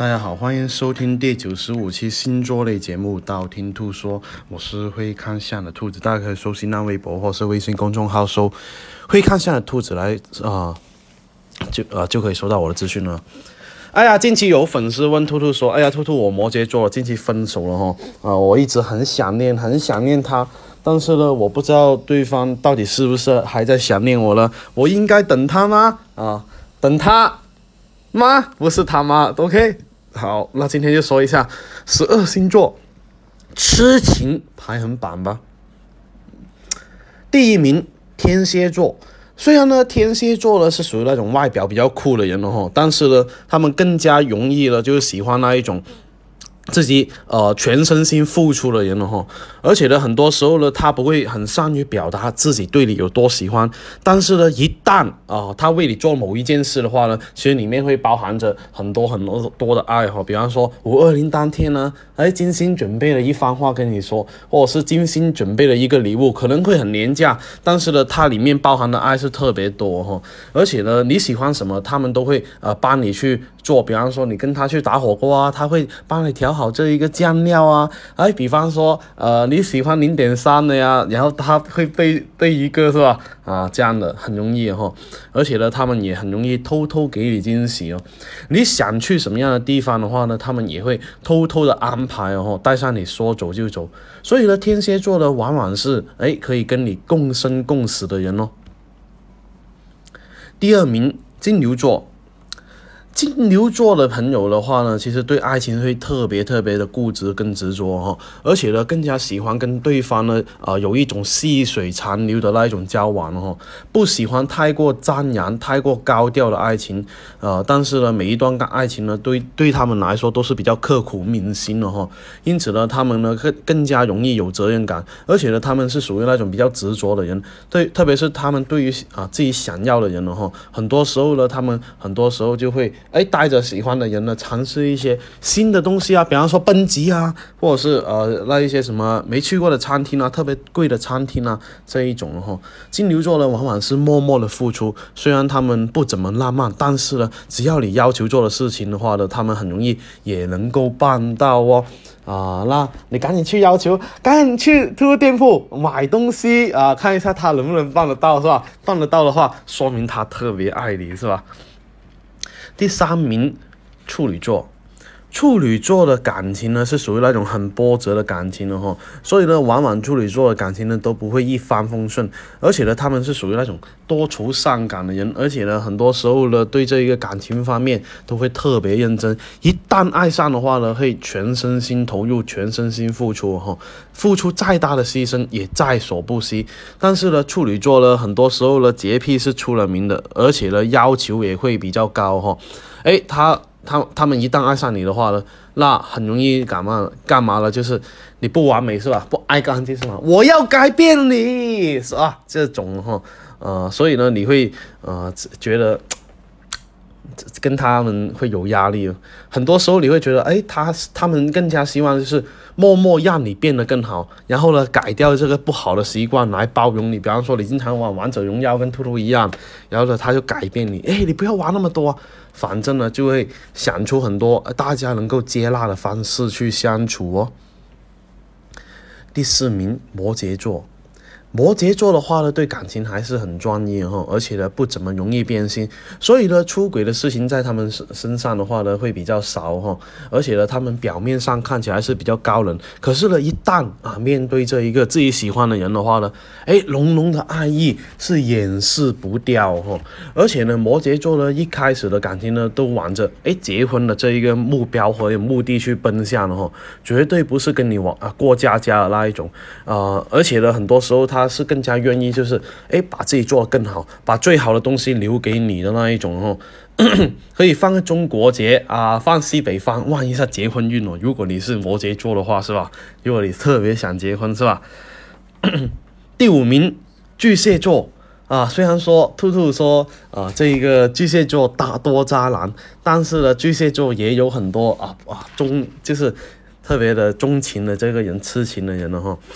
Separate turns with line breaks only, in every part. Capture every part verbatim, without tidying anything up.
大家好，欢迎收听第九十五期星座类节目《道听途说》，我是会看相的兔子，大家可以搜新浪微博或是微信公众号搜“会看相的兔子”来啊、呃，就呃就可以收到我的资讯了。哎呀，近期有粉丝问兔兔说：“哎呀，兔兔，我摩羯座近期分手了哈，啊、呃，我一直很想念，很想念他，但是呢，我不知道对方到底是不是还在想念我了，我应该等他吗？啊，等他吗？不是他吗 ？OK。”好，那今天就说一下十二星座痴情排行榜吧。第一名，天蝎座。虽然呢，天蝎座呢是属于那种外表比较酷的人了，但是呢，他们更加容易了，就是喜欢那一种自己呃全身心付出的人了哈，而且呢，很多时候呢，他不会很善于表达自己对你有多喜欢，但是呢，一旦啊、呃，他为你做某一件事的话呢，其实里面会包含着很多很多多的爱哈。比方说五二零当天呢，哎，精心准备了一番话跟你说，或者是精心准备了一个礼物，可能会很廉价，但是呢，它里面包含的爱是特别多哈。而且呢，你喜欢什么，他们都会呃帮你去做。比方说，你跟他去打火锅啊，他会帮你调好这一个酱料啊，哎，比方说，呃，你喜欢零点三的呀，然后他会备备一个是吧？啊，这样的很容易哈，而且呢，他们也很容易偷偷给你惊喜哦。你想去什么样的地方的话呢，他们也会偷偷的安排哦，带上你说走就走。所以呢，天蝎座呢，往往是哎可以跟你共生共死的人哦。第二名，金牛座。金牛座的朋友的话呢，其实对爱情会特别特别的固执跟执着哈，而且呢，更加喜欢跟对方呢，呃，有一种细水长流的那一种交往哈，不喜欢太过张扬、太过高调的爱情，呃，但是呢，每一段爱情呢，对对他们来说都是比较刻骨铭心的哈，因此呢，他们呢更更加容易有责任感，而且呢，他们是属于那种比较执着的人，对，特别是他们对于啊、呃、自己想要的人呢哈，很多时候呢，他们很多时候就会。哎，带着喜欢的人呢，尝试一些新的东西啊，比方说蹦极啊，或者是呃那一些什么没去过的餐厅啊，特别贵的餐厅啊，这一种哈。金牛座呢，往往是默默的付出，虽然他们不怎么浪漫，但是呢，只要你要求做的事情的话呢，他们很容易也能够办到哦。啊，那你赶紧去要求，赶紧去兔兔店铺买东西啊，看一下他能不能办得到，是吧？办得到的话，说明他特别爱你，是吧？第三名，处女座。处女座的感情呢是属于那种很波折的感情的哈，所以呢，往往处女座的感情呢都不会一帆风顺，而且呢，他们是属于那种多愁善感的人，而且呢，很多时候呢，对这一个感情方面都会特别认真，一旦爱上的话呢，会全身心投入，全身心付出哈，付出再大的牺牲也在所不惜。但是呢，处女座呢，很多时候呢，洁癖是出了名的，而且呢，要求也会比较高哈，诶，他。他他们一旦爱上你的话呢，那很容易干嘛干嘛了？就是你不完美是吧？不爱干净是吧？我要改变你是吧？这种哈，呃，所以呢，你会呃觉得跟他们会有压力。很多时候你会觉得，哎，他他们更加希望就是默默让你变得更好，然后呢，改掉这个不好的习惯来包容你。比方说，你经常玩王者荣耀跟兔兔一样，然后呢，他就改变你，哎，你不要玩那么多。反正呢，就会想出很多大家能够接纳的方式去相处哦。第四名，摩羯座。摩羯座的话呢，对感情还是很专一哈，而且呢不怎么容易变心，所以呢出轨的事情在他们身上的话呢会比较少哈，而且呢他们表面上看起来是比较高冷，可是呢一旦啊面对这一个自己喜欢的人的话呢，哎浓浓的爱意是掩饰不掉哈，而且呢摩羯座呢一开始的感情呢都往着哎结婚的这一个目标和目的去奔向的哈，绝对不是跟你玩啊过家家的那一种啊、呃，而且呢很多时候他。他是更加愿意，就是哎，把自己做得更好，把最好的东西留给你的那一种哦。可以放个中国结啊，放西北方，望一下结婚运哦。如果你是摩羯座的话，是吧？如果你特别想结婚，是吧？第五名，巨蟹座啊。虽然说兔兔说啊，这一个巨蟹座大多渣男，但是呢，巨蟹座也有很多啊啊忠，就是特别的钟情的这个人，痴情的人了哈。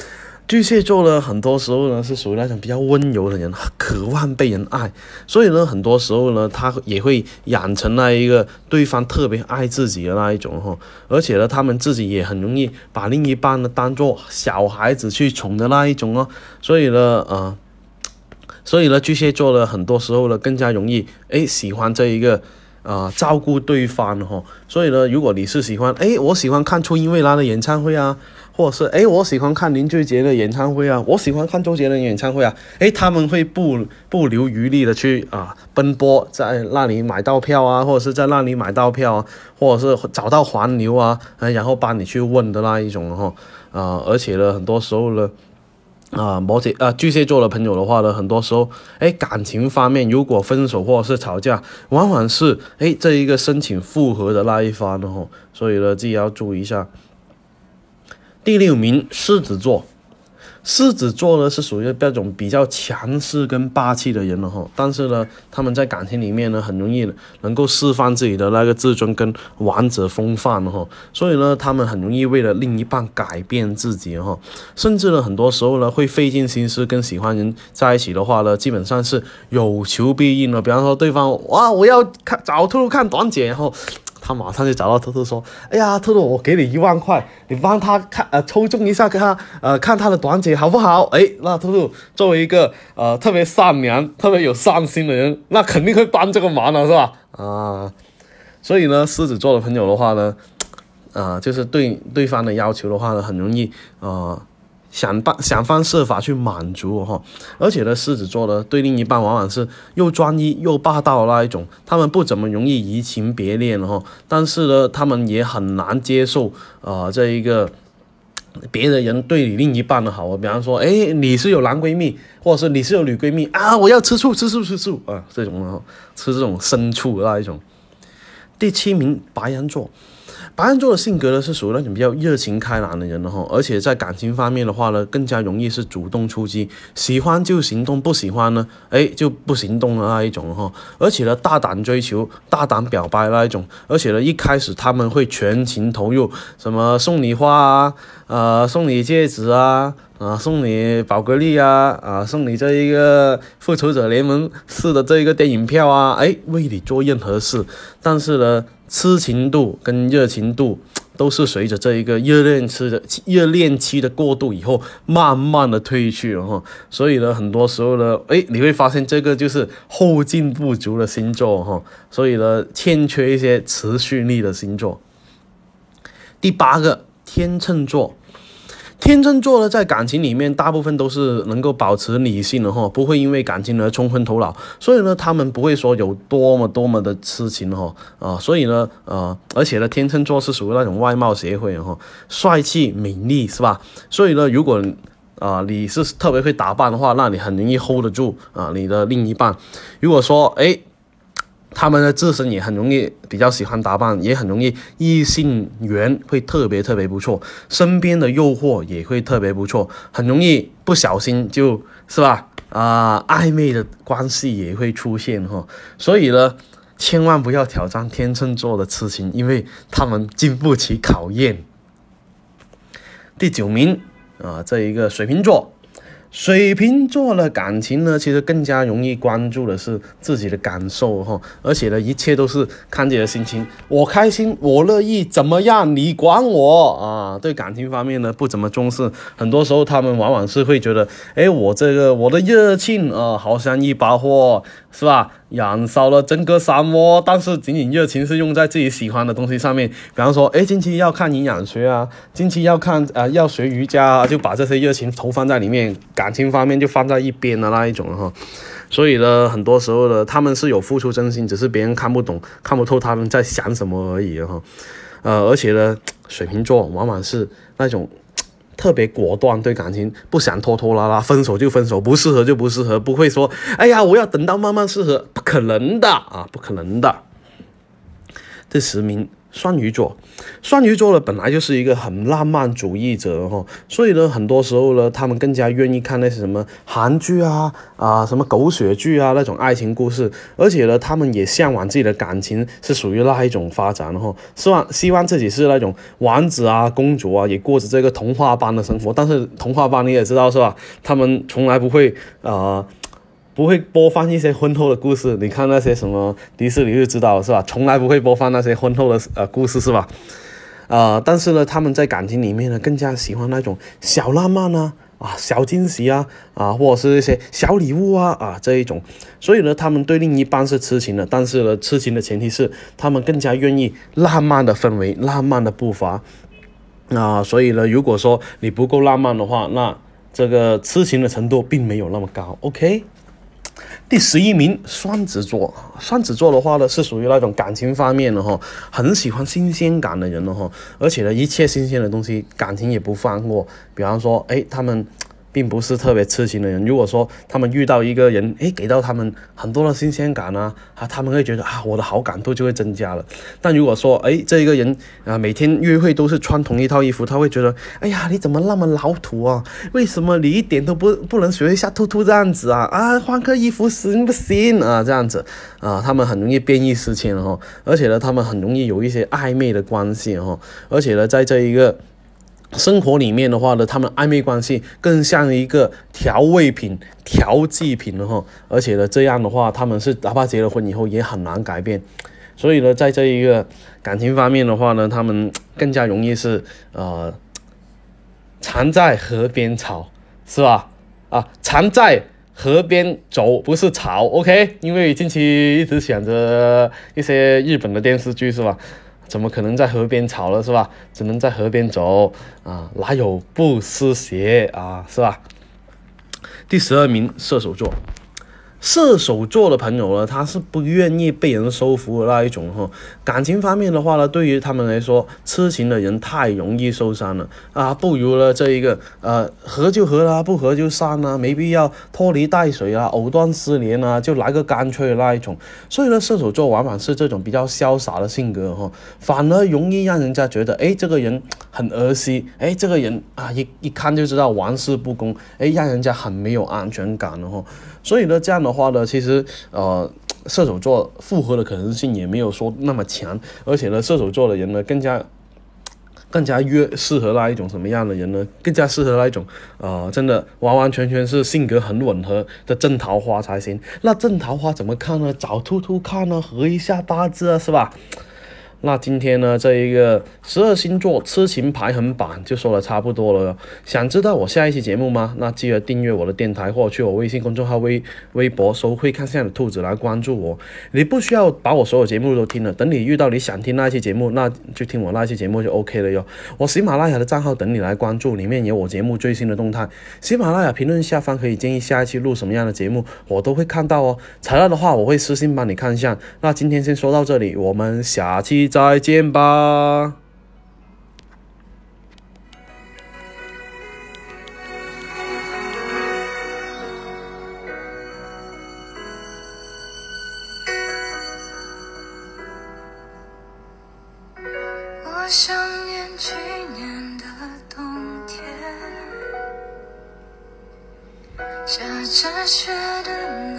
巨蟹座呢，很多时候呢是属于那种比较温柔的人，渴望被人爱，所以呢，很多时候呢，他也会养成那一个对方特别爱自己的那一种哈，而且呢，他们自己也很容易把另一半呢当做小孩子去宠的那一种哦，所以呢，呃，所以呢，巨蟹座呢，很多时候呢更加容易诶喜欢这一个。啊、呃，照顾对方哈，所以呢，如果你是喜欢，诶，我喜欢看初音未来的演唱会啊，或者是诶，我喜欢看林俊杰的演唱会啊，我喜欢看周杰伦的演唱会啊，诶，他们会不不留余力的去啊奔波在那里买到票啊，或者是在那里买到票啊，或者是找到黄牛啊，然后帮你去问的那一种哈，啊、呃，而且呢，很多时候呢。啊，摩羯啊，巨蟹座的朋友的话呢，很多时候，哎，感情方面如果分手或者是吵架，往往是哎这一个申请复合的那一方的吼，所以呢，自己要注意一下。第六名，狮子座。狮子座呢是属于那种比较强势跟霸气的人了哈，但是呢，他们在感情里面呢很容易能够释放自己的那个自尊跟王者风范哈，所以呢，他们很容易为了另一半改变自己哈，甚至呢很多时候呢会费尽心思跟喜欢人在一起的话呢，基本上是有求必应的。比方说对方哇我要看找兔兔看短剪，然后。他马上就找到兔兔说：“哎呀，兔兔，我给你一万块，你帮他看呃抽中一下，给他呃看他的短剪好不好？”哎，那兔兔作为一个呃特别善良、特别有善心的人，那肯定会帮这个忙了，是吧？啊，所以呢，狮子座的朋友的话呢，啊、呃，就是对对方的要求的话呢，很容易呃。想办想方设法去满足哈，而且呢，狮子座呢对另一半往往是又专一又霸道的那一种，他们不怎么容易移情别恋哈，但是呢，他们也很难接受呃这一个别的人对你另一半的好，比方说，哎，你是有男闺蜜，或者是你是有女闺蜜啊，我要吃醋吃醋吃醋啊，这种呢，吃这种生醋的那一种。第七名，白羊座。白羊座的性格呢是属于那种比较热情开朗的人的哈，而且在感情方面的话呢，更加容易是主动出击，喜欢就行动，不喜欢呢，哎就不行动的那一种哈，而且呢大胆追求、大胆表白那一种，而且呢一开始他们会全情投入，什么送你花啊，呃送你戒指啊。啊，送你宝格丽啊，啊，送你这一个复仇者联盟四的这一个电影票啊，哎，为你做任何事，但是呢，痴情度跟热情度都是随着这一个热恋期的热恋期的过渡以后，慢慢的褪去了哈。所以呢，很多时候呢，哎，你会发现这个就是后劲不足的星座哈，所以呢，欠缺一些持续力的星座。第八个，天秤座。天秤座呢，在感情里面大部分都是能够保持理性的哈，不会因为感情而冲昏头脑，所以呢，他们不会说有多么多么的痴情哈啊，所以呢，呃，而且呢，天秤座是属于那种外貌协会哈，帅气美丽是吧？所以呢，如果啊、呃、你是特别会打扮的话，那你很容易 hold 得住啊、呃、你的另一半。如果说哎。他们的自身也很容易比较喜欢打扮，也很容易异性缘会特别特别不错，身边的诱惑也会特别不错，很容易不小心就是吧啊、呃、暧昧的关系也会出现哈，所以呢，千万不要挑战天秤座的痴情，因为他们经不起考验。第九名啊、呃，这一个水瓶座。水瓶座的感情呢，其实更加容易关注的是自己的感受哈，而且呢，一切都是看自己的心情，我开心，我乐意，怎么样，你管我啊？对感情方面呢，不怎么重视，很多时候他们往往是会觉得，哎，我这个我的热情啊，好像一把火，是吧？燃烧了整个沙漠，但是仅仅热情是用在自己喜欢的东西上面，比方说，哎，近期要看营养学啊，近期要看啊、呃，要学瑜伽啊，就把这些热情投放在里面，感情方面就放在一边的那一种哈。所以呢，很多时候呢，他们是有付出真心，只是别人看不懂、看不透他们在想什么而已哈。呃，而且呢，水瓶座往往是那种。特别果断，对感情不想拖拖拉拉，分手就分手，不适合就不适合，不会说哎呀我要等到慢慢适合，不可能的啊，不可能的。第十名， 双鱼座，双鱼座呢本来就是一个很浪漫主义者哈，所以呢很多时候呢他们更加愿意看那些什么韩剧啊啊什么狗血剧啊那种爱情故事，而且呢他们也向往自己的感情是属于那一种发展哈，希望希望自己是那种王子啊公主啊，也过着这个童话般的生活，但是童话般你也知道是吧？他们从来不会啊。呃不会播放一些婚后的故事，你看那些什么迪士尼就知道是吧？从来不会播放那些婚后的呃故事是吧？呃，但是呢，他们在感情里面呢，更加喜欢那种小浪漫啊，啊，小惊喜啊，啊，或者是一些小礼物啊，啊这一种。所以呢，他们对另一半是痴情的，但是呢，痴情的前提是他们更加愿意浪漫的氛围、浪漫的步伐。啊，所以呢，如果说你不够浪漫的话，那这个痴情的程度并没有那么高。OK。第十一名，双子座。双子座的话呢，是属于那种感情方面的哈，很喜欢新鲜感的人了哈，而且呢，一切新鲜的东西，感情也不放过。比方说，哎，他们并不是特别痴情的人。如果说他们遇到一个人，诶，给到他们很多的新鲜感啊，啊，他们会觉得啊，我的好感度就会增加了。但如果说，诶，这一个人啊，每天约会都是穿同一套衣服，他会觉得，哎呀，你怎么那么老土啊？为什么你一点都不不能学一下兔兔这样子啊？啊，换个衣服行不行啊？这样子啊，他们很容易变异思迁哦，而且呢，他们很容易有一些暧昧的关系哦，而且呢，在这一个生活里面的话呢，他们暧昧关系更像一个调味品、调剂品了哈，而且呢，这样的话，他们是哪怕结了婚以后也很难改变，所以呢，在这一个感情方面的话呢，他们更加容易是呃，常在河边草，是吧？啊，常在河边走，不是草 ，OK？ 因为近期一直想着一些日本的电视剧，是吧？怎么可能在河边吵了是吧？只能在河边走啊，哪有不湿鞋啊，是吧？第十二名，射手座。射手座的朋友呢，他是不愿意被人收服的那一种哈。感情方面的话呢，对于他们来说，痴情的人太容易受伤了啊，不如呢这一个呃合就合啦，不合就散啦，没必要拖泥带水啊，藕断丝连啊，就来个干脆的那一种。所以呢，射手座往往是这种比较潇洒的性格哈，反而容易让人家觉得，哎，这个人很儿戏，哎，这个人啊一一看就知道玩世不恭，哎，让人家很没有安全感的哈。所以呢，这样的话呢，其实呃，射手座复合的可能性也没有说那么强，而且呢，射手座的人呢，更加更加越适合那一种什么样的人呢？更加适合那一种呃，真的完完全全是性格很吻合的正桃花才行。那正桃花怎么看呢？找兔兔看呢，合一下八字啊，是吧？那今天呢，这一个十二星座痴情排行榜就说的差不多了。想知道我下一期节目吗？那记得订阅我的电台，或者去我微信公众号、微微博搜会看相的兔子来关注我。你不需要把我所有节目都听了，等你遇到你想听那一期节目，那就听我那一期节目就 OK 了哟。我喜马拉雅的账号等你来关注，里面有我节目最新的动态。喜马拉雅评论下方可以建议下一期录什么样的节目，我都会看到哦。材料的话，我会私信帮你看一下。那今天先说到这里，我们下期再见吧。
我想念去年的冬天，下着雪的